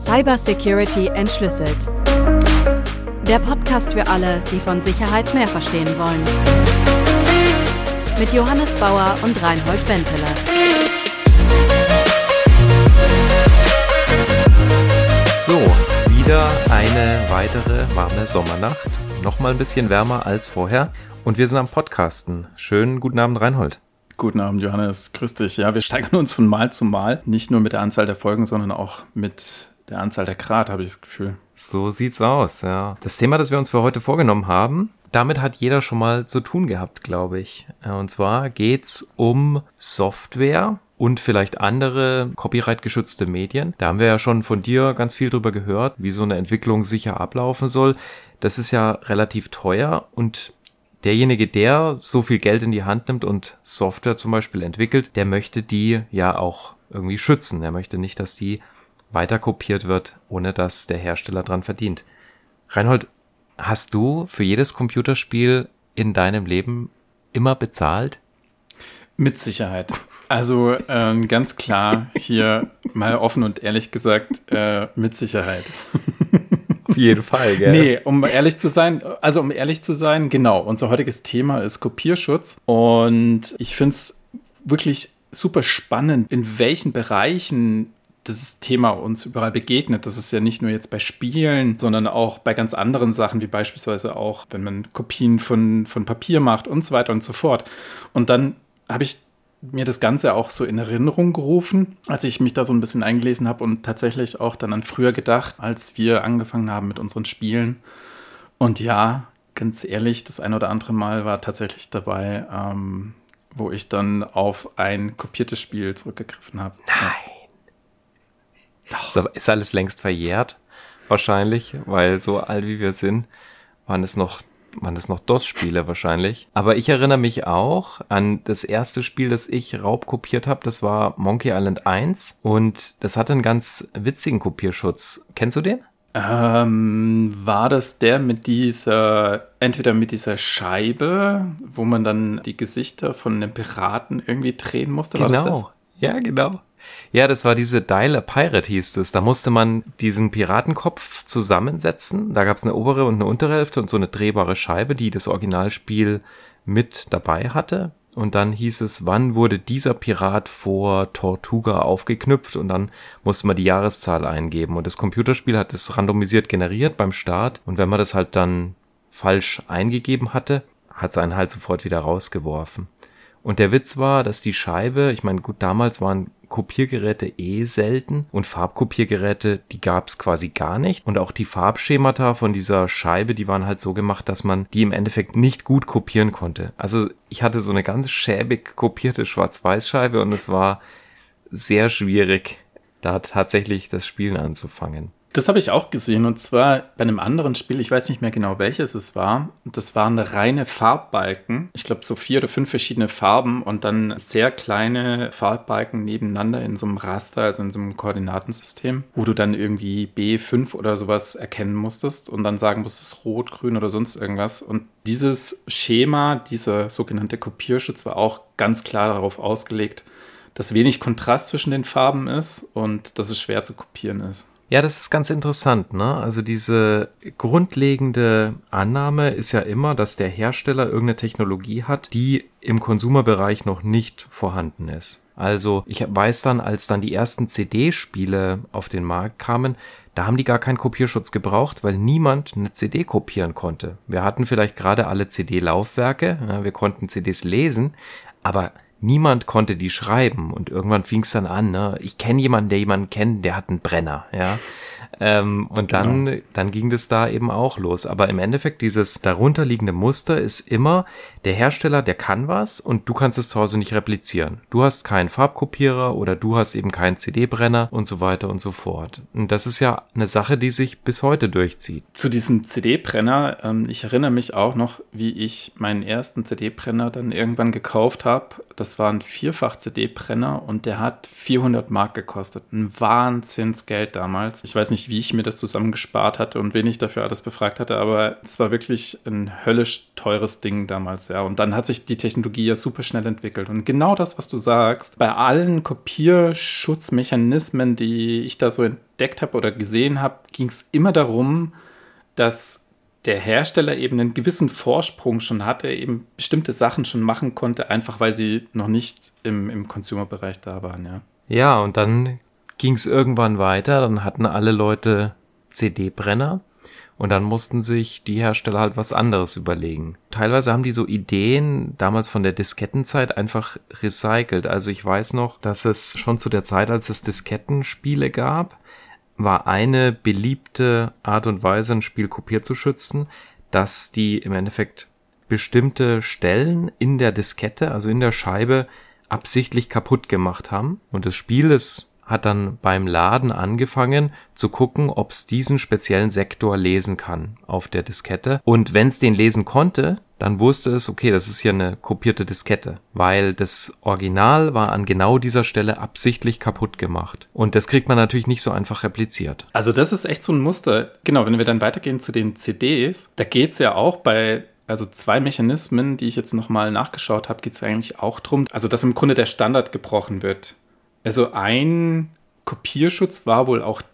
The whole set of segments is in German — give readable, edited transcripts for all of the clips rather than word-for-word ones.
Cybersecurity entschlüsselt. Der Podcast für alle, die von Sicherheit mehr verstehen wollen. Mit Johannes Bauer und Reinhold Benteler. So, wieder eine weitere warme Sommernacht. Nochmal ein bisschen wärmer als vorher. Und wir sind am Podcasten. Schönen guten Abend, Reinhold. Guten Abend, Johannes. Grüß dich. Ja, wir steigern uns von Mal zu Mal. Nicht nur mit der Anzahl der Folgen, sondern auch mit der Anzahl der Grad, habe ich das Gefühl. So sieht's aus, ja. Das Thema, das wir uns für heute vorgenommen haben, damit hat jeder schon mal zu tun gehabt, glaube ich. Und zwar geht's um Software und vielleicht andere copyright-geschützte Medien. Da haben wir ja schon von dir ganz viel drüber gehört, wie so eine Entwicklung sicher ablaufen soll. Das ist ja relativ teuer und derjenige, der so viel Geld in die Hand nimmt und Software zum Beispiel entwickelt, der möchte die ja auch irgendwie schützen. Er möchte nicht, dass die weiter kopiert wird, ohne dass der Hersteller dran verdient. Reinhold, hast du für jedes Computerspiel in deinem Leben immer bezahlt? Mit Sicherheit. Also ganz klar hier mal offen und ehrlich gesagt, mit Sicherheit. Auf jeden Fall, gell? Nee, um ehrlich zu sein, genau, unser heutiges Thema ist Kopierschutz und ich finde es wirklich super spannend, in welchen Bereichen das Thema uns überall begegnet. Das ist ja nicht nur jetzt bei Spielen, sondern auch bei ganz anderen Sachen, wie beispielsweise auch, wenn man Kopien von Papier macht und so weiter und so fort. Und dann habe ich mir das Ganze auch so in Erinnerung gerufen, als ich mich da so ein bisschen eingelesen habe und tatsächlich auch dann an früher gedacht, als wir angefangen haben mit unseren Spielen. Und ja, ganz ehrlich, das ein oder andere Mal war tatsächlich dabei, wo ich dann auf ein kopiertes Spiel zurückgegriffen habe. Nein. Doch. Ist alles längst verjährt, wahrscheinlich, weil so alt wie wir sind, waren es noch DOS-Spiele wahrscheinlich. Aber ich erinnere mich auch an das erste Spiel, das ich raubkopiert habe. Das war Monkey Island 1 und das hatte einen ganz witzigen Kopierschutz. Kennst du den? War das der entweder mit dieser Scheibe, wo man dann die Gesichter von den Piraten irgendwie drehen musste? Genau. War das? Ja, genau. Ja, das war diese Dial a Pirate hieß es. Da musste man diesen Piratenkopf zusammensetzen. Da gab es eine obere und eine untere Hälfte und so eine drehbare Scheibe, die das Originalspiel mit dabei hatte. Und dann hieß es, wann wurde dieser Pirat vor Tortuga aufgeknüpft? Und dann musste man die Jahreszahl eingeben. Und das Computerspiel hat das randomisiert generiert beim Start. Und wenn man das halt dann falsch eingegeben hatte, hat es einen halt sofort wieder rausgeworfen. Und der Witz war, dass die Scheibe, ich meine, gut, damals waren Kopiergeräte selten und Farbkopiergeräte, die gab es quasi gar nicht. Und auch die Farbschemata von dieser Scheibe, die waren halt so gemacht, dass man die im Endeffekt nicht gut kopieren konnte. Also ich hatte so eine ganz schäbig kopierte Schwarz-Weiß-Scheibe und es war sehr schwierig, da tatsächlich das Spielen anzufangen. Das habe ich auch gesehen und zwar bei einem anderen Spiel, ich weiß nicht mehr genau welches es war. Das waren reine Farbbalken, ich glaube so 4 oder 5 verschiedene Farben und dann sehr kleine Farbbalken nebeneinander in so einem Raster, also in so einem Koordinatensystem, wo du dann irgendwie B5 oder sowas erkennen musstest und dann sagen musstest Rot, Grün oder sonst irgendwas. Und dieses Schema, dieser sogenannte Kopierschutz war auch ganz klar darauf ausgelegt, dass wenig Kontrast zwischen den Farben ist und dass es schwer zu kopieren ist. Ja, das ist ganz interessant, ne? Also diese grundlegende Annahme ist ja immer, dass der Hersteller irgendeine Technologie hat, die im Konsumerbereich noch nicht vorhanden ist. Also ich weiß dann, als dann die ersten CD-Spiele auf den Markt kamen, da haben die gar keinen Kopierschutz gebraucht, weil niemand eine CD kopieren konnte. Wir hatten vielleicht gerade alle CD-Laufwerke, ja, wir konnten CDs lesen, aber niemand konnte die schreiben und irgendwann fing es dann an, ne? Ich kenne jemanden, der jemanden kennt, der hat einen Brenner, ja. Und dann ging das da eben auch los. Aber im Endeffekt, dieses darunterliegende Muster ist immer, der Hersteller, der kann was und du kannst es zu Hause nicht replizieren. Du hast keinen Farbkopierer oder du hast eben keinen CD-Brenner und so weiter und so fort. Und das ist ja eine Sache, die sich bis heute durchzieht. Zu diesem CD-Brenner, ich erinnere mich auch noch, wie ich meinen ersten CD-Brenner dann irgendwann gekauft habe. Das war ein 4-fach-CD-Brenner und der hat 400 Mark gekostet. Ein Wahnsinnsgeld damals. Ich weiß nicht, wie ich mir das zusammengespart hatte und wen ich dafür alles befragt hatte, aber es war wirklich ein höllisch teures Ding damals, ja. Und dann hat sich die Technologie ja super schnell entwickelt. Und genau das, was du sagst, bei allen Kopierschutzmechanismen, die ich da so entdeckt habe oder gesehen habe, ging es immer darum, dass der Hersteller eben einen gewissen Vorsprung schon hatte, eben bestimmte Sachen schon machen konnte, einfach weil sie noch nicht im Consumer-Bereich da waren, ja. Ja, und dann ging es irgendwann weiter, dann hatten alle Leute CD-Brenner und dann mussten sich die Hersteller halt was anderes überlegen. Teilweise haben die so Ideen damals von der Diskettenzeit einfach recycelt. Also ich weiß noch, dass es schon zu der Zeit, als es Diskettenspiele gab, war eine beliebte Art und Weise, ein Spiel kopiert zu schützen, dass die im Endeffekt bestimmte Stellen in der Diskette, also in der Scheibe, absichtlich kaputt gemacht haben. Und das Spiel, es hat dann beim Laden angefangen zu gucken, ob es diesen speziellen Sektor lesen kann auf der Diskette. Und wenn es den lesen konnte, dann wusste es, okay, das ist hier eine kopierte Diskette, weil das Original war an genau dieser Stelle absichtlich kaputt gemacht. Und das kriegt man natürlich nicht so einfach repliziert. Also das ist echt so ein Muster. Genau, wenn wir dann weitergehen zu den CDs, da geht es ja auch also 2 Mechanismen, die ich jetzt nochmal nachgeschaut habe, geht es eigentlich auch drum, also dass im Grunde der Standard gebrochen wird. Also ein Kopierschutz war wohl auch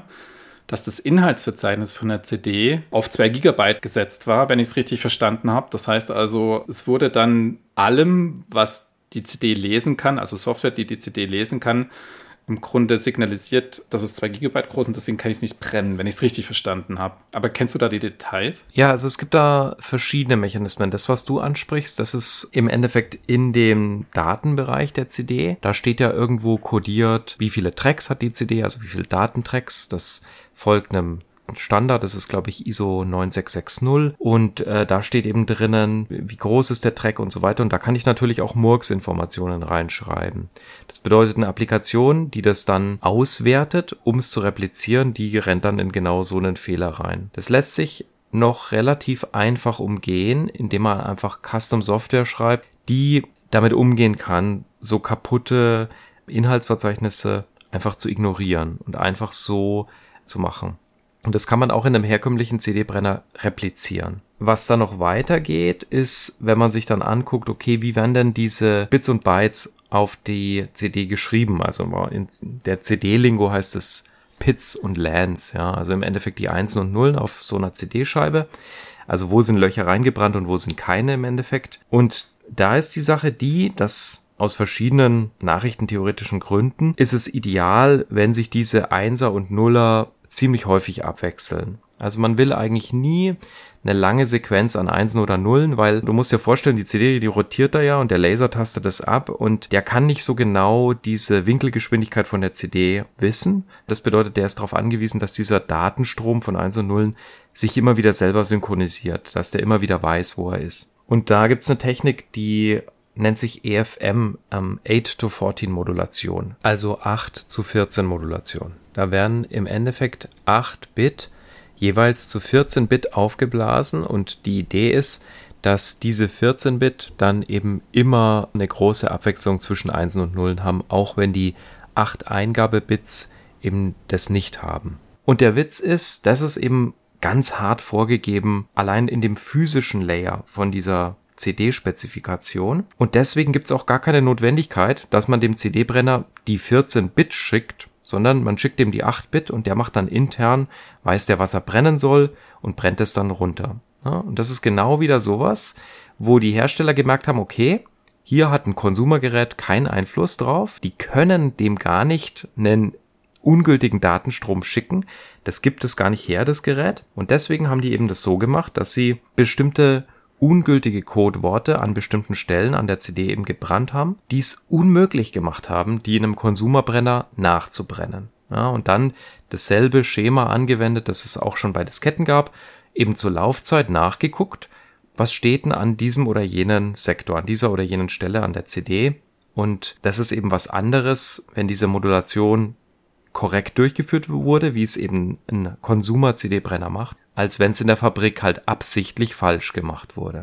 dass das Inhaltsverzeichnis von der CD auf 2 Gigabyte gesetzt war, wenn ich es richtig verstanden habe. Das heißt also, es wurde dann allem, was die CD lesen kann, also Software, die CD lesen kann, im Grunde signalisiert, dass es 2 Gigabyte groß und deswegen kann ich es nicht brennen, wenn ich es richtig verstanden habe. Aber kennst du da die Details? Ja, also es gibt da verschiedene Mechanismen. Das, was du ansprichst, das ist im Endeffekt in dem Datenbereich der CD. Da steht ja irgendwo kodiert, wie viele Tracks hat die CD, also wie viele Datentracks. Das folgt einem Standard, das ist glaube ich ISO 9660 und da steht eben drinnen, wie groß ist der Track und so weiter und da kann ich natürlich auch Murks-Informationen reinschreiben. Das bedeutet, eine Applikation, die das dann auswertet, um es zu replizieren, die rennt dann in genau so einen Fehler rein. Das lässt sich noch relativ einfach umgehen, indem man einfach Custom-Software schreibt, die damit umgehen kann, so kaputte Inhaltsverzeichnisse einfach zu ignorieren und einfach so zu machen. Und das kann man auch in einem herkömmlichen CD-Brenner replizieren. Was da noch weitergeht, ist, wenn man sich dann anguckt, okay, wie werden denn diese Bits und Bytes auf die CD geschrieben? Also in der CD-Lingo heißt es Pits und Lands, ja, also im Endeffekt die Einsen und Nullen auf so einer CD-Scheibe. Also wo sind Löcher reingebrannt und wo sind keine im Endeffekt. Und da ist die Sache dass aus verschiedenen nachrichtentheoretischen Gründen ist es ideal, wenn sich diese Einser und Nuller ziemlich häufig abwechseln. Also man will eigentlich nie eine lange Sequenz an Einsen oder Nullen, weil du musst dir vorstellen, die CD, die rotiert da ja und der Laser tastet das ab und der kann nicht so genau diese Winkelgeschwindigkeit von der CD wissen. Das bedeutet, der ist darauf angewiesen, dass dieser Datenstrom von Einsen und Nullen sich immer wieder selber synchronisiert, dass der immer wieder weiß, wo er ist. Und da gibt's eine Technik, die nennt sich EFM, 8-to-14 Modulation, also 8-zu-14 Modulation. Da werden im Endeffekt 8 Bit jeweils zu 14 Bit aufgeblasen und die Idee ist, dass diese 14 Bit dann eben immer eine große Abwechslung zwischen Einsen und Nullen haben, auch wenn die 8 Eingabebits eben das nicht haben. Und der Witz ist, das ist eben ganz hart vorgegeben, allein in dem physischen Layer von dieser CD-Spezifikation. Und deswegen gibt es auch gar keine Notwendigkeit, dass man dem CD-Brenner die 14 Bit schickt, sondern man schickt dem die 8 Bit und der macht dann intern, weiß der, was er brennen soll und brennt es dann runter. Ja, und das ist genau wieder sowas, wo die Hersteller gemerkt haben, okay, hier hat ein Konsumergerät keinen Einfluss drauf, die können dem gar nicht einen ungültigen Datenstrom schicken, das gibt es gar nicht her, das Gerät. Und deswegen haben die eben das so gemacht, dass sie bestimmte ungültige Codeworte an bestimmten Stellen an der CD eben gebrannt haben, die es unmöglich gemacht haben, die in einem Konsumerbrenner nachzubrennen. Ja, und dann dasselbe Schema angewendet, das es auch schon bei Disketten gab, eben zur Laufzeit nachgeguckt, was steht denn an diesem oder jenen Sektor, an dieser oder jenen Stelle an der CD. Und das ist eben was anderes, wenn diese Modulation korrekt durchgeführt wurde, wie es eben ein Consumer-CD-Brenner macht, als wenn es in der Fabrik halt absichtlich falsch gemacht wurde.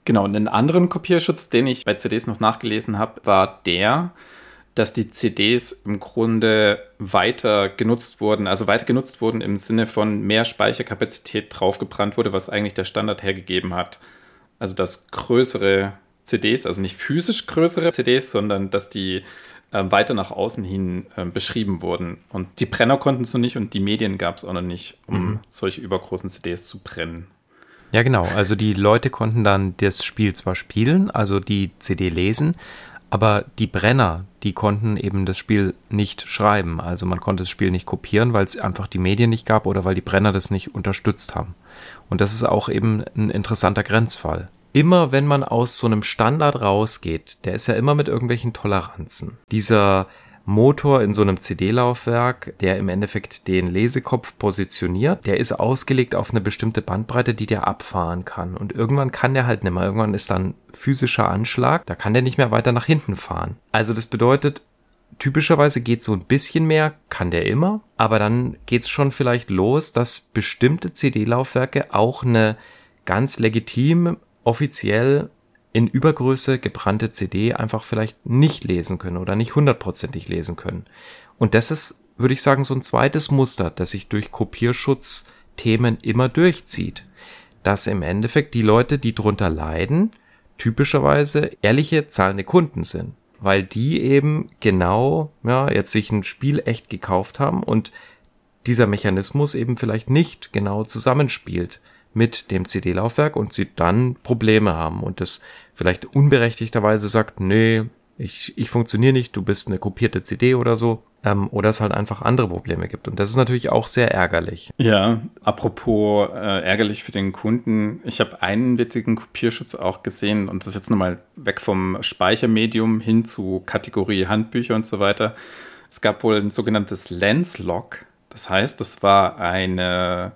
Genau, und einen anderen Kopierschutz, den ich bei CDs noch nachgelesen habe, war der, dass die CDs im Grunde weiter genutzt wurden. Also weiter genutzt wurden im Sinne von mehr Speicherkapazität draufgebrannt wurde, was eigentlich der Standard hergegeben hat. Also dass größere CDs, also nicht physisch größere CDs, sondern dass die weiter nach außen hin beschrieben wurden. Und die Brenner konnten es noch nicht und die Medien gab es auch noch nicht, um solche übergroßen CDs zu brennen. Ja, genau. Also die Leute konnten dann das Spiel zwar spielen, also die CD lesen, aber die Brenner, die konnten eben das Spiel nicht schreiben. Also man konnte das Spiel nicht kopieren, weil es einfach die Medien nicht gab oder weil die Brenner das nicht unterstützt haben. Und das ist auch eben ein interessanter Grenzfall. Immer wenn man aus so einem Standard rausgeht, der ist ja immer mit irgendwelchen Toleranzen. Dieser Motor in so einem CD-Laufwerk, der im Endeffekt den Lesekopf positioniert, der ist ausgelegt auf eine bestimmte Bandbreite, die der abfahren kann. Und irgendwann kann der halt nicht mehr. Irgendwann ist dann physischer Anschlag, da kann der nicht mehr weiter nach hinten fahren. Also das bedeutet, typischerweise geht so ein bisschen mehr, kann der immer, aber dann geht es schon vielleicht los, dass bestimmte CD-Laufwerke auch eine ganz legitim, offiziell in Übergröße gebrannte CD einfach vielleicht nicht lesen können oder nicht 100%ig lesen können. Und das ist, würde ich sagen, so ein zweites Muster, das sich durch Kopierschutzthemen immer durchzieht. Dass im Endeffekt die Leute, die drunter leiden, typischerweise ehrliche, zahlende Kunden sind. Weil die eben genau, ja, jetzt sich ein Spiel echt gekauft haben und dieser Mechanismus eben vielleicht nicht genau zusammenspielt mit dem CD-Laufwerk und sie dann Probleme haben und das vielleicht unberechtigterweise sagt, nee, ich funktioniere nicht, du bist eine kopierte CD oder so, oder es halt einfach andere Probleme gibt. Und das ist natürlich auch sehr ärgerlich. Ja, apropos ärgerlich für den Kunden. Ich habe einen witzigen Kopierschutz auch gesehen und das ist jetzt nochmal weg vom Speichermedium hin zu Kategorie Handbücher und so weiter. Es gab wohl ein sogenanntes Lens-Lock. Das heißt, das war eine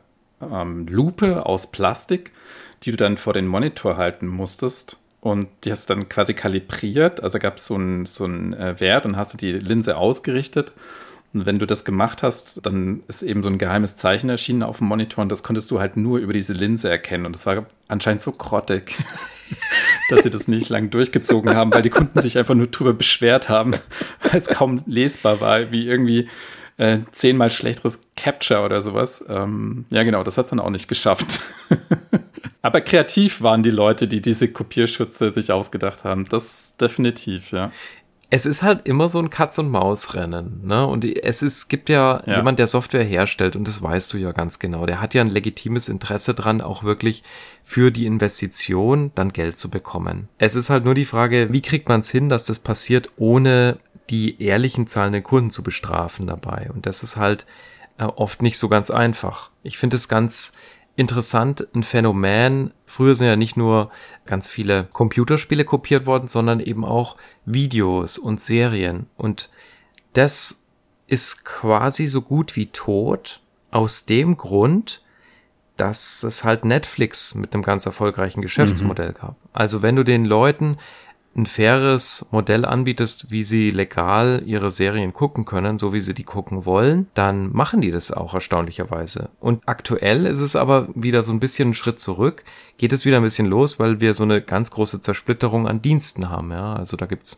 Lupe aus Plastik, die du dann vor den Monitor halten musstest und die hast du dann quasi kalibriert, also gab es so einen Wert und hast du die Linse ausgerichtet und wenn du das gemacht hast, dann ist eben so ein geheimes Zeichen erschienen auf dem Monitor und das konntest du halt nur über diese Linse erkennen und das war anscheinend so grottig, dass sie das nicht lang durchgezogen haben, weil die Kunden sich einfach nur drüber beschwert haben, weil es kaum lesbar war, wie irgendwie 10-mal schlechteres Capture oder sowas. Ja, genau, das hat es dann auch nicht geschafft. Aber kreativ waren die Leute, die diese Kopierschütze sich ausgedacht haben. Das definitiv, ja. Es ist halt immer so ein Katz-und-Maus-Rennen, ne? Und gibt ja jemand, der Software herstellt, und das weißt du ja ganz genau. Der hat ja ein legitimes Interesse dran, auch wirklich für die Investition dann Geld zu bekommen. Es ist halt nur die Frage, wie kriegt man es hin, dass das passiert, ohne die ehrlichen zahlenden Kunden zu bestrafen dabei. Und das ist halt oft nicht so ganz einfach. Ich finde es ganz interessant, ein Phänomen. Früher sind ja nicht nur ganz viele Computerspiele kopiert worden, sondern eben auch Videos und Serien. Und das ist quasi so gut wie tot aus dem Grund, dass es halt Netflix mit einem ganz erfolgreichen Geschäftsmodell gab. Also wenn du den Leuten ein faires Modell anbietest, wie sie legal ihre Serien gucken können, so wie sie die gucken wollen, dann machen die das auch erstaunlicherweise. Und aktuell ist es aber wieder so ein bisschen ein Schritt zurück, geht es wieder ein bisschen los, weil wir so eine ganz große Zersplitterung an Diensten haben. Ja? Also da gibt's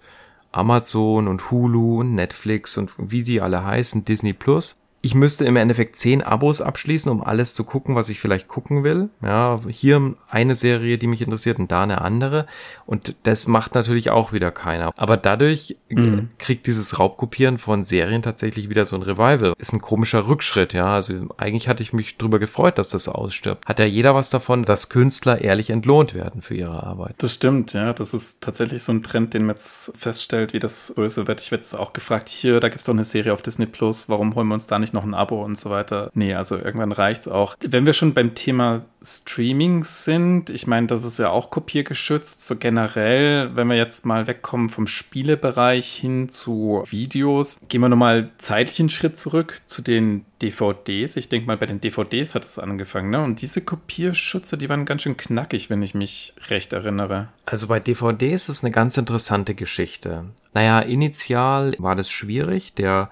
Amazon und Hulu und Netflix und wie die alle heißen, Disney Plus. Ich müsste im Endeffekt 10 Abos abschließen, um alles zu gucken, was ich vielleicht gucken will. Ja, hier eine Serie, die mich interessiert und da eine andere. Und das macht natürlich auch wieder keiner. Aber dadurch kriegt dieses Raubkopieren von Serien tatsächlich wieder so ein Revival. Ist ein komischer Rückschritt, ja. Also eigentlich hatte ich mich drüber gefreut, dass das ausstirbt. Hat ja jeder was davon, dass Künstler ehrlich entlohnt werden für ihre Arbeit. Das stimmt, ja. Das ist tatsächlich so ein Trend, den man jetzt feststellt, wie das größer wird. Ich werde jetzt auch gefragt, hier, da gibt es doch eine Serie auf Disney Plus, warum holen wir uns da nicht noch ein Abo und so weiter. Nee, also irgendwann reicht's auch. Wenn wir schon beim Thema Streaming sind, ich meine, das ist ja auch kopiergeschützt, so generell, wenn wir jetzt mal wegkommen vom Spielebereich hin zu Videos, gehen wir nochmal zeitlich einen Schritt zurück zu den DVDs. Ich denke mal, bei den DVDs hat es angefangen, ne? Und diese Kopierschütze, die waren ganz schön knackig, wenn ich mich recht erinnere. Also bei DVDs ist eine ganz interessante Geschichte. Naja, initial war das schwierig. Der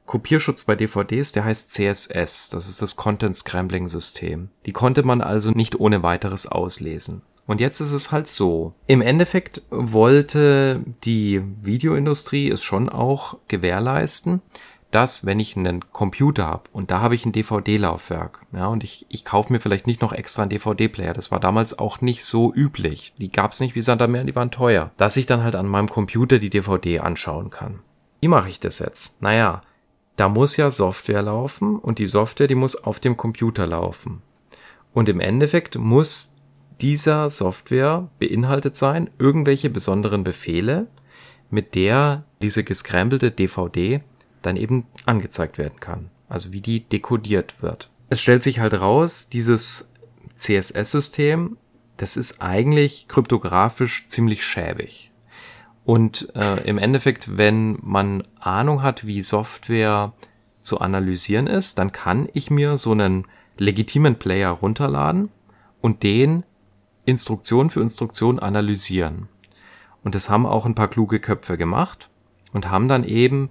Kopierschutz bei DVDs, der heißt CSS. Das ist das Content Scrambling System. Die konnte man also nicht ohne weiteres auslesen. Und jetzt ist es halt so. Im Endeffekt wollte die Videoindustrie es schon auch gewährleisten, dass, wenn ich einen Computer habe und da habe ich ein DVD-Laufwerk, ja, und ich kaufe mir vielleicht nicht noch extra einen DVD-Player, das war damals auch nicht so üblich, die gab es nicht wie Sand am Meer, die waren teuer, dass ich dann halt an meinem Computer die DVD anschauen kann. Wie mache ich das jetzt? Naja, da muss ja Software laufen und die Software, die muss auf dem Computer laufen. Und im Endeffekt muss dieser Software beinhaltet sein irgendwelche besonderen Befehle, mit der diese gescrambelte DVD dann eben angezeigt werden kann. Also wie die dekodiert wird. Es stellt sich halt raus, dieses CSS-System, das ist eigentlich kryptografisch ziemlich schäbig. Und im Endeffekt, wenn man Ahnung hat, wie Software zu analysieren ist, dann kann ich mir so einen legitimen Player runterladen und den Instruktion für Instruktion analysieren. Und das haben auch ein paar kluge Köpfe gemacht und haben dann eben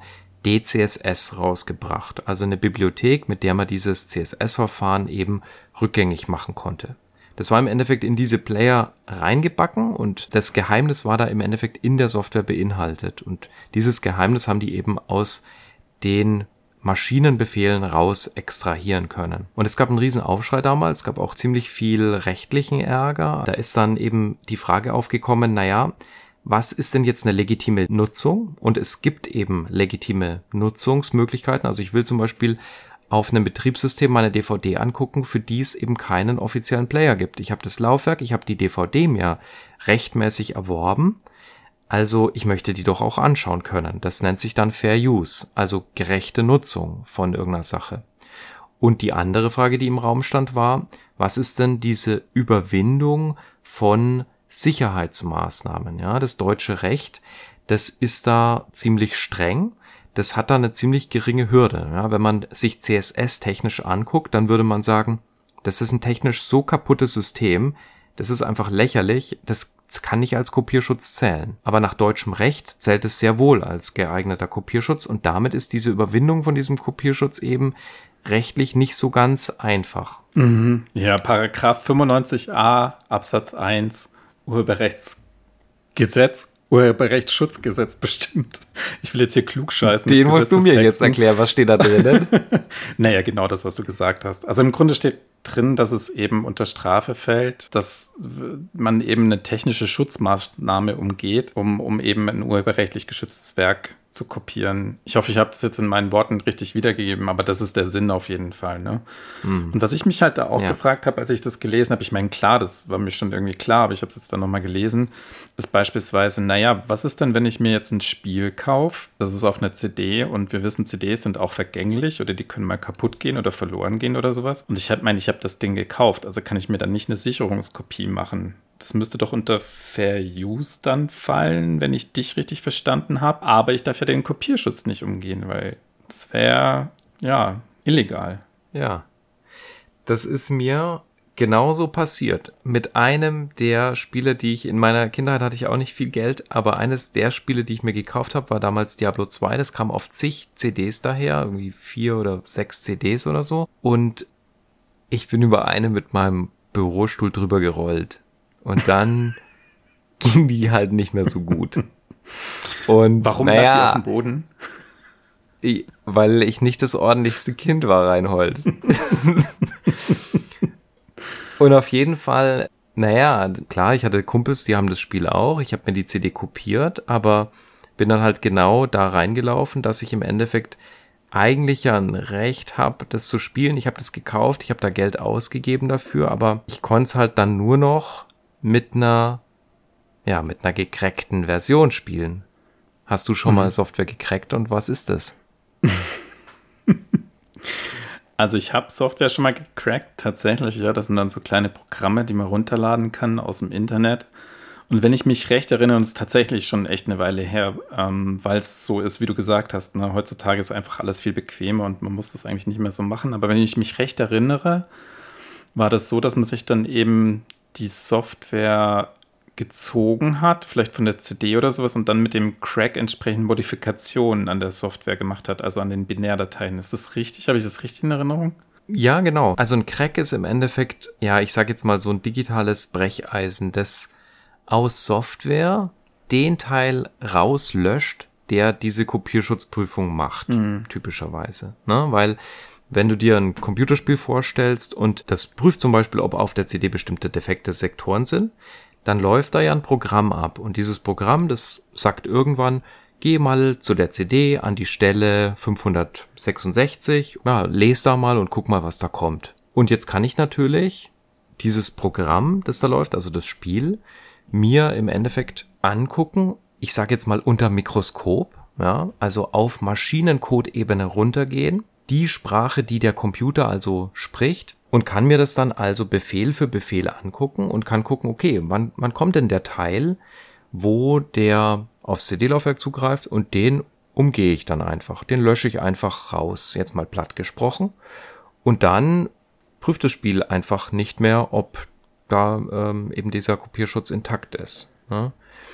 DCSS rausgebracht, also eine Bibliothek, mit der man dieses CSS-Verfahren eben rückgängig machen konnte. Das war im Endeffekt in diese Player reingebacken und das Geheimnis war da im Endeffekt in der Software beinhaltet. Und dieses Geheimnis haben die eben aus den Maschinenbefehlen raus extrahieren können. Und es gab einen riesen Aufschrei damals, es gab auch ziemlich viel rechtlichen Ärger. Da ist dann eben die Frage aufgekommen, naja, was ist denn jetzt eine legitime Nutzung? Und es gibt eben legitime Nutzungsmöglichkeiten. Also ich will zum Beispiel auf einem Betriebssystem meine DVD angucken, für die es eben keinen offiziellen Player gibt. Ich habe das Laufwerk, ich habe die DVD mir rechtmäßig erworben. Also ich möchte die doch auch anschauen können. Das nennt sich dann Fair Use, also gerechte Nutzung von irgendeiner Sache. Und die andere Frage, die im Raum stand, war, was ist denn diese Überwindung von Sicherheitsmaßnahmen? Ja, das deutsche Recht, das ist da ziemlich streng. Das hat da eine ziemlich geringe Hürde. Ja, wenn man sich CSS technisch anguckt, dann würde man sagen, das ist ein technisch so kaputtes System, das ist einfach lächerlich, das kann nicht als Kopierschutz zählen. Aber nach deutschem Recht zählt es sehr wohl als geeigneter Kopierschutz und damit ist diese Überwindung von diesem Kopierschutz eben rechtlich nicht so ganz einfach. Mhm. Ja, Paragraph 95a Absatz 1 Urheberrechtsschutzgesetz bestimmt. Ich will jetzt hier klugscheißen. Den musst du mir jetzt erklären, was steht da drin? Naja, genau das, was du gesagt hast. Also im Grunde steht drin, dass es eben unter Strafe fällt, dass man eben eine technische Schutzmaßnahme umgeht, um eben ein urheberrechtlich geschütztes Werk zu kopieren. Ich hoffe, ich habe das jetzt in meinen Worten richtig wiedergegeben, aber das ist der Sinn auf jeden Fall. Ne? Mhm. Und was ich mich halt da auch gefragt habe, als ich das gelesen habe, ich meine, klar, das war mir schon irgendwie klar, aber ich habe es jetzt dann nochmal gelesen, ist beispielsweise, naja, was ist denn, wenn ich mir jetzt ein Spiel kaufe, das ist auf einer CD und wir wissen, CDs sind auch vergänglich oder die können mal kaputt gehen oder verloren gehen oder sowas. Und ich habe das Ding gekauft, also kann ich mir dann nicht eine Sicherungskopie machen. Das müsste doch unter Fair Use dann fallen, wenn ich dich richtig verstanden habe. Aber ich darf ja den Kopierschutz nicht umgehen, weil das wäre, ja, illegal. Ja, das ist mir genauso passiert. Mit einem der Spiele, die ich in meiner Kindheit hatte ich auch nicht viel Geld, aber eines der Spiele, die ich mir gekauft habe, war damals Diablo 2. Das kam auf zig CDs daher, irgendwie 4 oder 6 CDs oder so. Und ich bin über eine mit meinem Bürostuhl drüber gerollt. Und dann ging die halt nicht mehr so gut. Und warum lag die auf dem Boden? Weil ich nicht das ordentlichste Kind war, Reinhold. Und auf jeden Fall, naja, klar, ich hatte Kumpels, die haben das Spiel auch. Ich habe mir die CD kopiert, aber bin dann halt genau da reingelaufen, dass ich im Endeffekt eigentlich ja ein Recht habe, das zu spielen. Ich habe das gekauft, ich habe da Geld ausgegeben dafür, aber ich konnte es halt dann nur noch mit einer gecrackten Version spielen. Hast du schon mal Software gecrackt und was ist das? Also ich habe Software schon mal gecrackt, tatsächlich. Ja, das sind dann so kleine Programme, die man runterladen kann aus dem Internet. Und wenn ich mich recht erinnere, und es ist tatsächlich schon echt eine Weile her, weil es so ist, wie du gesagt hast, ne, heutzutage ist einfach alles viel bequemer und man muss das eigentlich nicht mehr so machen. Aber wenn ich mich recht erinnere, war das so, dass man sich dann eben die Software gezogen hat, vielleicht von der CD oder sowas, und dann mit dem Crack entsprechend Modifikationen an der Software gemacht hat, also an den Binärdateien. Ist das richtig? Habe ich das richtig in Erinnerung? Ja, genau. Also ein Crack ist im Endeffekt, ja, ich sage jetzt mal so ein digitales Brecheisen, das aus Software den Teil rauslöscht, der diese Kopierschutzprüfung macht, typischerweise. Ne? Weil wenn du dir ein Computerspiel vorstellst und das prüft zum Beispiel, ob auf der CD bestimmte defekte Sektoren sind, dann läuft da ja ein Programm ab. Und dieses Programm, das sagt irgendwann, geh mal zu der CD an die Stelle 566, ja, les da mal und guck mal, was da kommt. Und jetzt kann ich natürlich dieses Programm, das da läuft, also das Spiel, mir im Endeffekt angucken, ich sage jetzt mal unter Mikroskop, ja, also auf Maschinencode-Ebene runtergehen, die Sprache, die der Computer also spricht, und kann mir das dann also Befehl für Befehl angucken und kann gucken, okay, wann kommt denn der Teil, wo der aufs CD-Laufwerk zugreift, und den umgehe ich dann einfach. Den lösche ich einfach raus, jetzt mal platt gesprochen. Und dann prüft das Spiel einfach nicht mehr, ob da eben dieser Kopierschutz intakt ist. Ne?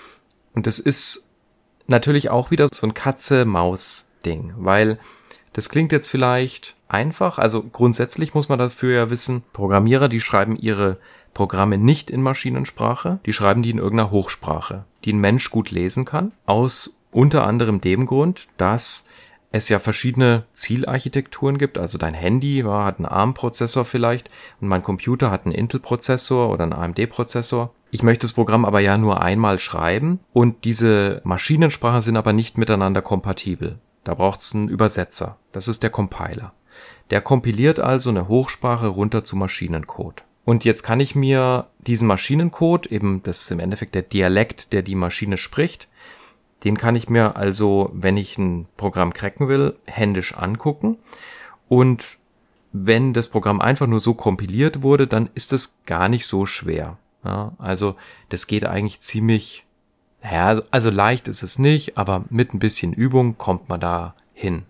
Und das ist natürlich auch wieder so ein Katze-Maus-Ding, weil das klingt jetzt vielleicht einfach, also grundsätzlich muss man dafür ja wissen, Programmierer, die schreiben ihre Programme nicht in Maschinensprache, die schreiben die in irgendeiner Hochsprache, die ein Mensch gut lesen kann, aus unter anderem dem Grund, dass es ja verschiedene Zielarchitekturen gibt, also dein Handy hat einen ARM-Prozessor vielleicht und mein Computer hat einen Intel-Prozessor oder einen AMD-Prozessor. Ich möchte das Programm aber ja nur einmal schreiben und diese Maschinensprachen sind aber nicht miteinander kompatibel. Da braucht es einen Übersetzer, das ist der Compiler. Der kompiliert also eine Hochsprache runter zu Maschinencode. Und jetzt kann ich mir diesen Maschinencode, eben das ist im Endeffekt der Dialekt, der die Maschine spricht, den kann ich mir also, wenn ich ein Programm cracken will, händisch angucken. Und wenn das Programm einfach nur so kompiliert wurde, dann ist es gar nicht so schwer. Ja, also das geht eigentlich ziemlich, ja, also leicht ist es nicht, aber mit ein bisschen Übung kommt man da hin.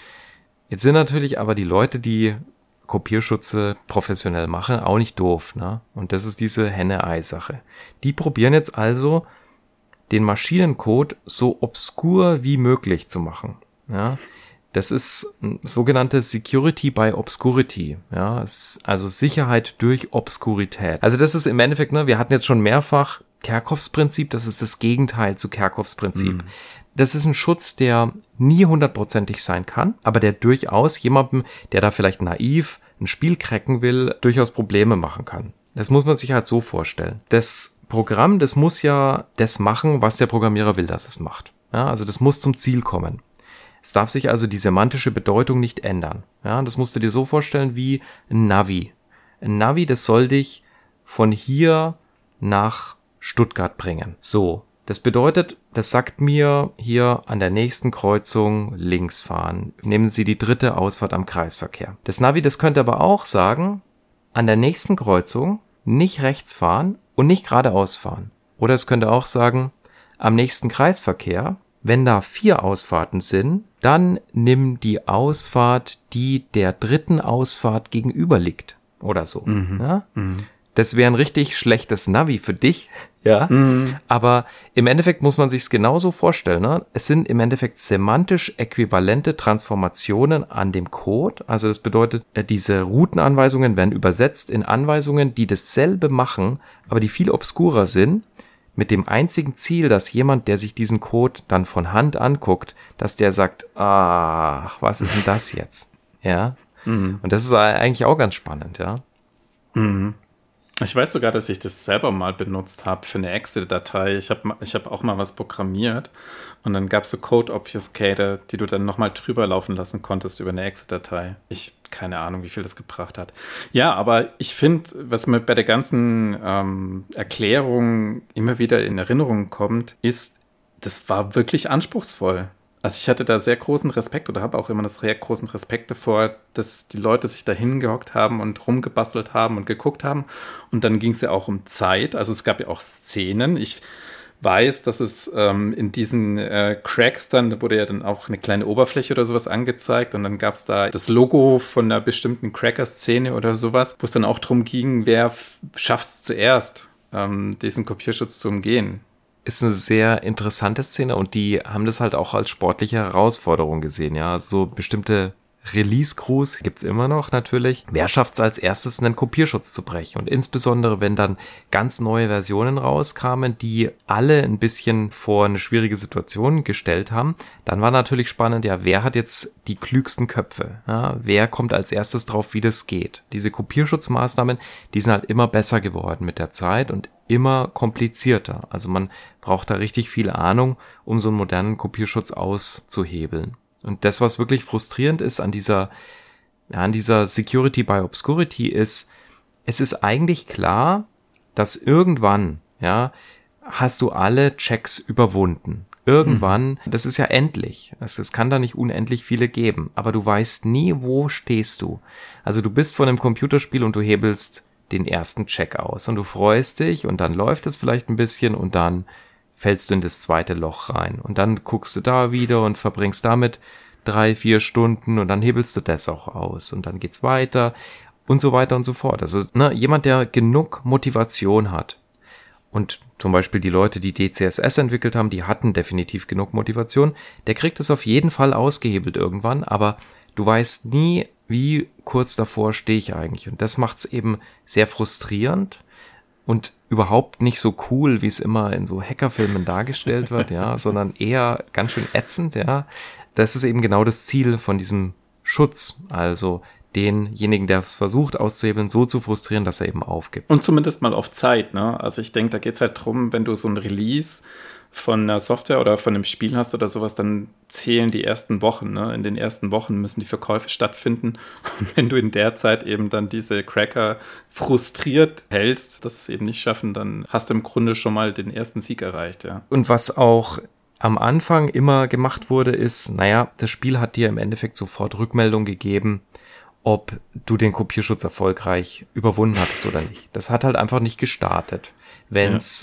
Jetzt sind natürlich aber die Leute, die Kopierschutze professionell machen, auch nicht doof, ne? Und das ist diese Henne-Ei-Sache. Die probieren jetzt also, den Maschinencode so obskur wie möglich zu machen. Ja, das ist sogenannte Security by Obscurity. Ja, also Sicherheit durch Obskurität. Also das ist im Endeffekt, ne, wir hatten jetzt schon mehrfach Kerckhoffs Prinzip, das ist das Gegenteil zu Kerckhoffs Prinzip. Das ist ein Schutz, der nie 100%ig sein kann, aber der durchaus jemandem, der da vielleicht naiv ein Spiel cracken will, durchaus Probleme machen kann. Das muss man sich halt so vorstellen. Das Programm, das muss ja das machen, was der Programmierer will, dass es macht. Ja, also das muss zum Ziel kommen. Es darf sich also die semantische Bedeutung nicht ändern. Ja, das musst du dir so vorstellen wie ein Navi. Ein Navi, das soll dich von hier nach Stuttgart bringen. So, das bedeutet, das sagt mir hier an der nächsten Kreuzung links fahren. Nehmen Sie die 3. Ausfahrt am Kreisverkehr. Das Navi, das könnte aber auch sagen, an der nächsten Kreuzung nicht rechts fahren und nicht geradeaus fahren. Oder es könnte auch sagen, am nächsten Kreisverkehr, wenn da 4 Ausfahrten sind, dann nimm die Ausfahrt, die der 3. Ausfahrt gegenüber liegt. Oder so. Ja? Das wäre ein richtig schlechtes Navi für dich. Ja, aber im Endeffekt muss man sich's genauso vorstellen. Ne? Es sind im Endeffekt semantisch äquivalente Transformationen an dem Code. Also das bedeutet, diese Routenanweisungen werden übersetzt in Anweisungen, die dasselbe machen, aber die viel obskurer sind, mit dem einzigen Ziel, dass jemand, der sich diesen Code dann von Hand anguckt, dass der sagt, ach, was ist denn das jetzt? Ja, und das ist eigentlich auch ganz spannend, ja. Ich weiß sogar, dass ich das selber mal benutzt habe für eine Excel-Datei. Ich hab auch mal was programmiert und dann gab es so Code-Obfuscator, die du dann nochmal drüber laufen lassen konntest über eine Excel-Datei. Keine Ahnung, wie viel das gebracht hat. Ja, aber ich finde, was mir bei der ganzen Erklärung immer wieder in Erinnerung kommt, ist, das war wirklich anspruchsvoll. Also ich hatte da sehr großen Respekt oder habe auch immer noch sehr großen Respekt davor, dass die Leute sich da hingehockt haben und rumgebastelt haben und geguckt haben. Und dann ging es ja auch um Zeit. Also es gab ja auch Szenen. Ich weiß, dass es in diesen Cracks dann, da wurde ja dann auch eine kleine Oberfläche oder sowas angezeigt. Und dann gab es da das Logo von einer bestimmten Cracker-Szene oder sowas, wo es dann auch darum ging, wer schafft es zuerst. diesen Kopierschutz zu umgehen. Ist eine sehr interessante Szene und die haben das halt auch als sportliche Herausforderung gesehen, ja. So bestimmte Release-Crews gibt's immer noch natürlich. Wer schafft's als erstes, einen Kopierschutz zu brechen? Und insbesondere, wenn dann ganz neue Versionen rauskamen, die alle ein bisschen vor eine schwierige Situation gestellt haben, dann war natürlich spannend, ja, wer hat jetzt die klügsten Köpfe? Ja, wer kommt als erstes drauf, wie das geht? Diese Kopierschutzmaßnahmen, die sind halt immer besser geworden mit der Zeit und immer komplizierter. Also man braucht da richtig viel Ahnung, um so einen modernen Kopierschutz auszuhebeln. Und das, was wirklich frustrierend ist an dieser Security by Obscurity ist, es ist eigentlich klar, dass irgendwann, ja, hast du alle Checks überwunden. Irgendwann, das ist ja endlich. Es kann da nicht unendlich viele geben, aber du weißt nie, wo stehst du. Also du bist vor einem Computerspiel und du hebelst den ersten Check aus und du freust dich und dann läuft es vielleicht ein bisschen und dann fällst du in das zweite Loch rein und dann guckst du da wieder und verbringst damit 3-4 Stunden und dann hebelst du das auch aus und dann geht's weiter und so weiter und so fort. Also jemand, der genug Motivation hat und zum Beispiel die Leute, die DCSS entwickelt haben, die hatten definitiv genug Motivation, der kriegt es auf jeden Fall ausgehebelt irgendwann, aber du weißt nie, wie kurz davor stehe ich eigentlich und das macht's eben sehr frustrierend und überhaupt nicht so cool, wie es immer in so Hackerfilmen dargestellt wird, ja, sondern eher ganz schön ätzend, ja. Das ist eben genau das Ziel von diesem Schutz, also denjenigen, der es versucht auszuhebeln, so zu frustrieren, dass er eben aufgibt. Und zumindest mal auf Zeit, ne? Also ich denke, da geht es halt drum, wenn du so ein Release von einer Software oder von einem Spiel hast oder sowas, dann zählen die ersten Wochen, ne? In den ersten Wochen müssen die Verkäufe stattfinden. Und wenn du in der Zeit eben dann diese Cracker frustriert hältst, dass es eben nicht schaffen, dann hast du im Grunde schon mal den ersten Sieg erreicht, ja. Und was auch am Anfang immer gemacht wurde, ist, das Spiel hat dir im Endeffekt sofort Rückmeldung gegeben, ob du den Kopierschutz erfolgreich überwunden hattest oder nicht. Das hat halt einfach nicht gestartet, wenn das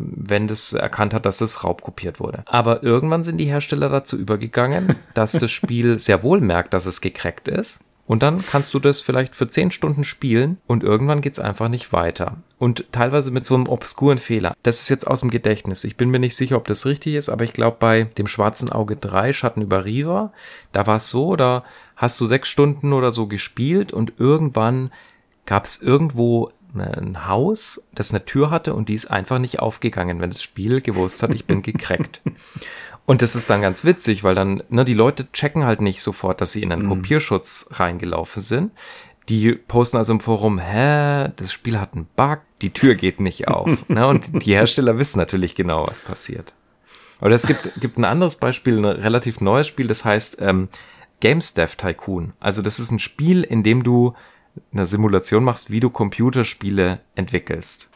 erkannt hat, dass es raubkopiert wurde. Aber irgendwann sind die Hersteller dazu übergegangen, dass das Spiel sehr wohl merkt, dass es gecrackt ist. Und dann kannst du das vielleicht für 10 Stunden spielen und irgendwann geht's einfach nicht weiter. Und teilweise mit so einem obskuren Fehler. Das ist jetzt aus dem Gedächtnis. Ich bin mir nicht sicher, ob das richtig ist, aber ich glaube bei dem Schwarzen Auge 3 Schatten über Riva, da war es so, da hast du 6 Stunden oder so gespielt und irgendwann gab's irgendwo ein Haus, das eine Tür hatte und die ist einfach nicht aufgegangen, wenn das Spiel gewusst hat, ich bin gecrackt. Und das ist dann ganz witzig, weil dann, die Leute checken halt nicht sofort, dass sie in einen Kopierschutz reingelaufen sind. Die posten also im Forum, das Spiel hat einen Bug, die Tür geht nicht auf. Und die Hersteller wissen natürlich genau, was passiert. Oder es gibt ein anderes Beispiel, ein relativ neues Spiel, das heißt Games Dev Tycoon. Also das ist ein Spiel, in dem du eine Simulation machst, wie du Computerspiele entwickelst.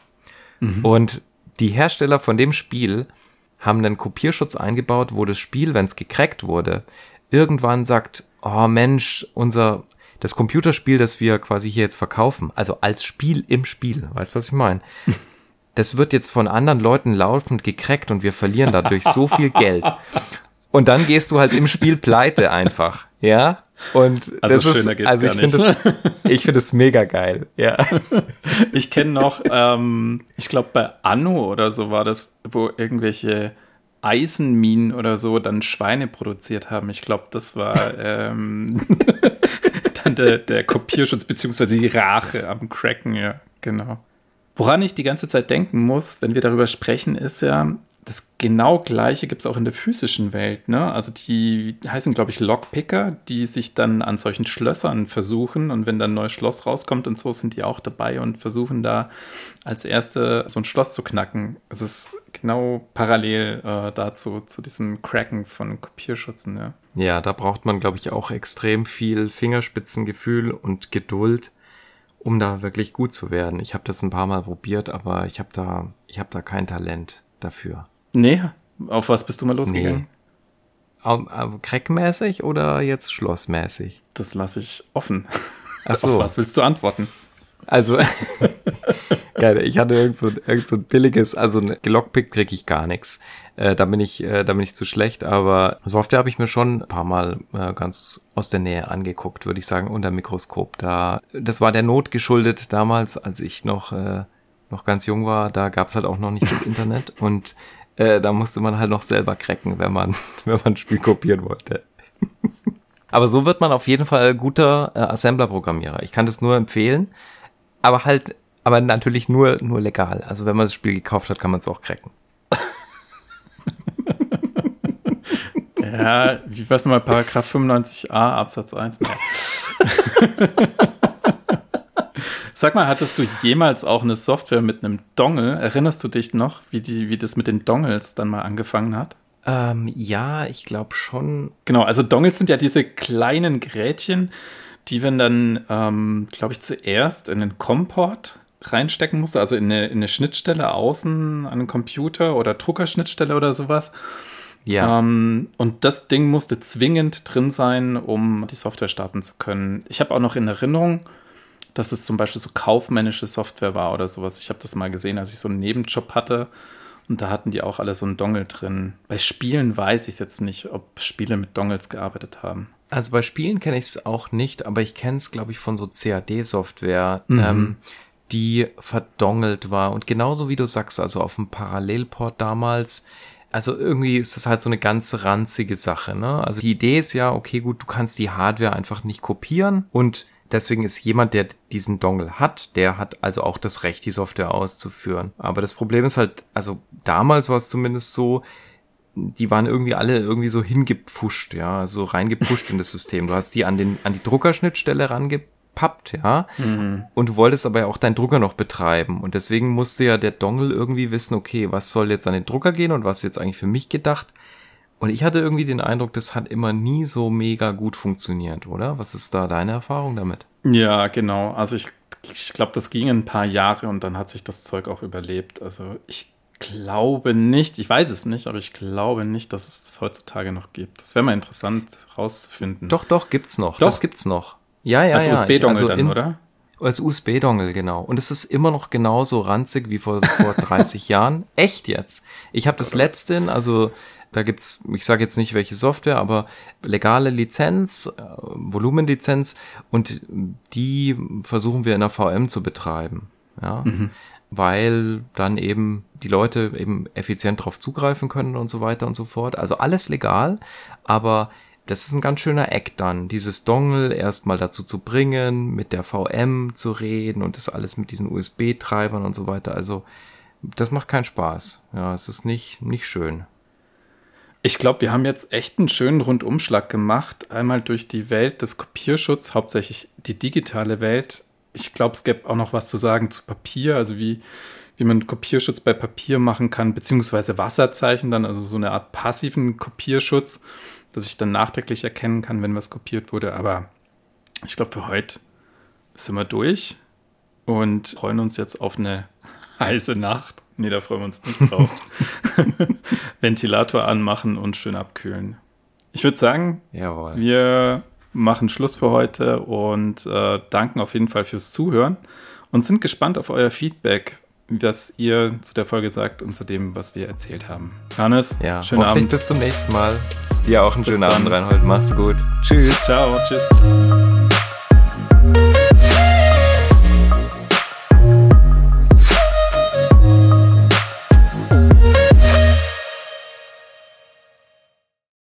Und die Hersteller von dem Spiel haben einen Kopierschutz eingebaut, wo das Spiel, wenn es gecrackt wurde, irgendwann sagt, oh Mensch, das Computerspiel, das wir quasi hier jetzt verkaufen, also als Spiel im Spiel, weißt du, was ich meine? Das wird jetzt von anderen Leuten laufend gecrackt und wir verlieren dadurch so viel Geld. Und dann gehst du halt im Spiel pleite einfach, ja? Und also das schöner geht's gar nicht. Ich finde es mega geil, ja. Ich kenne noch, ich glaube bei Anno oder so war das, wo irgendwelche Eisenminen oder so dann Schweine produziert haben. Ich glaube, das war dann der Kopierschutz beziehungsweise die Rache am Cracken, ja, genau. Woran ich die ganze Zeit denken muss, wenn wir darüber sprechen, ist ja, das genau Gleiche gibt es auch in der physischen Welt, ne? Also die heißen, glaube ich, Lockpicker, die sich dann an solchen Schlössern versuchen und wenn dann ein neues Schloss rauskommt und so, sind die auch dabei und versuchen da als Erste so ein Schloss zu knacken. Es ist genau parallel dazu, zu diesem Cracken von Kopierschutzen, ja. Ja, da braucht man, glaube ich, auch extrem viel Fingerspitzengefühl und Geduld, um da wirklich gut zu werden. Ich habe das ein paar Mal probiert, aber ich hab da kein Talent dafür. Nee, auf was bist du mal losgegangen? Crackmäßig oder jetzt schlossmäßig? Das lasse ich offen. Ach so. Auf was willst du antworten? Also, geil, ich hatte irgend so ein billiges, also gelockpickt kriege ich gar nichts. Da bin ich zu schlecht, aber Software habe ich mir schon ein paar Mal ganz aus der Nähe angeguckt, würde ich sagen, unter Mikroskop. Das war der Not geschuldet damals, als ich noch noch ganz jung war, da gab es halt auch noch nicht das Internet und da musste man halt noch selber cracken, wenn man ein Spiel kopieren wollte. Aber so wird man auf jeden Fall guter Assembler-Programmierer. Ich kann das nur empfehlen, aber natürlich nur legal. Also wenn man das Spiel gekauft hat, kann man es auch cracken. Ja, wie weiß mal, Paragraph 95a Absatz 1. Nee. Sag mal, hattest du jemals auch eine Software mit einem Dongle? Erinnerst du dich noch, wie das mit den Dongles dann mal angefangen hat? Ja, ich glaube schon. Genau, also Dongles sind ja diese kleinen Gerätchen, die man dann, glaube ich, zuerst in den COM-Port reinstecken musste, also in eine Schnittstelle außen an den Computer oder Druckerschnittstelle oder sowas. Ja. Und das Ding musste zwingend drin sein, um die Software starten zu können. Ich habe auch noch in Erinnerung, dass es zum Beispiel so kaufmännische Software war oder sowas. Ich habe das mal gesehen, als ich so einen Nebenjob hatte. Und da hatten die auch alle so einen Dongle drin. Bei Spielen weiß ich jetzt nicht, ob Spiele mit Dongles gearbeitet haben. Also bei Spielen kenne ich es auch nicht, aber ich kenne es, glaube ich, von so CAD-Software, die verdongelt war. Und genauso wie du sagst, also auf dem Parallelport damals, also irgendwie ist das halt so eine ganz ranzige Sache, ne? Also die Idee ist ja, okay, gut, du kannst die Hardware einfach nicht kopieren und deswegen ist jemand, der diesen Dongle hat, der hat also auch das Recht, die Software auszuführen. Aber das Problem ist halt, also damals war es zumindest so, die waren irgendwie alle irgendwie so hingepfuscht, ja, so reingepusht in das System. Du hast die an die Druckerschnittstelle rangepappt, ja, und du wolltest aber ja auch deinen Drucker noch betreiben. Und deswegen musste ja der Dongle irgendwie wissen, okay, was soll jetzt an den Drucker gehen und was ist jetzt eigentlich für mich gedacht? Und ich hatte irgendwie den Eindruck, das hat immer nie so mega gut funktioniert, oder? Was ist da deine Erfahrung damit? Ja, genau. Also ich glaube, das ging ein paar Jahre und dann hat sich das Zeug auch überlebt. Also ich glaube nicht, ich weiß es nicht, aber ich glaube nicht, dass es das heutzutage noch gibt. Das wäre mal interessant rauszufinden. Doch, gibt's noch. Doch. Das gibt's noch. Ja. Als USB-Dongle dann, oder? Als USB-Dongle, genau. Und es ist immer noch genauso ranzig wie vor 30 Jahren. Echt jetzt. Ich habe das letzte, also da gibt's, ich sage jetzt nicht welche Software, aber legale Lizenz, Volumenlizenz und die versuchen wir in der VM zu betreiben. Ja. Weil dann eben die Leute eben effizient drauf zugreifen können und so weiter und so fort. Also alles legal, aber das ist ein ganz schöner Act dann, dieses Dongle erstmal dazu zu bringen, mit der VM zu reden und das alles mit diesen USB-Treibern und so weiter. Also das macht keinen Spaß. Ja, es ist nicht schön. Ich glaube, wir haben jetzt echt einen schönen Rundumschlag gemacht. Einmal durch die Welt des Kopierschutzes, hauptsächlich die digitale Welt. Ich glaube, es gäbe auch noch was zu sagen zu Papier, also wie man Kopierschutz bei Papier machen kann, beziehungsweise Wasserzeichen dann, also so eine Art passiven Kopierschutz, dass ich dann nachträglich erkennen kann, wenn was kopiert wurde. Aber ich glaube, für heute sind wir durch und freuen uns jetzt auf eine heiße Nacht. Nee, da freuen wir uns nicht drauf. Ventilator anmachen und schön abkühlen. Ich würde sagen, Jawohl. Wir machen Schluss für heute und danken auf jeden Fall fürs Zuhören und sind gespannt auf euer Feedback, was ihr zu der Folge sagt und zu dem, was wir erzählt haben. Hannes, ja, schönen Abend. Bis zum nächsten Mal. Dir auch einen Bis schönen dann. Abend, Reinhold. Mach's gut. Tschüss. Ciao, tschüss.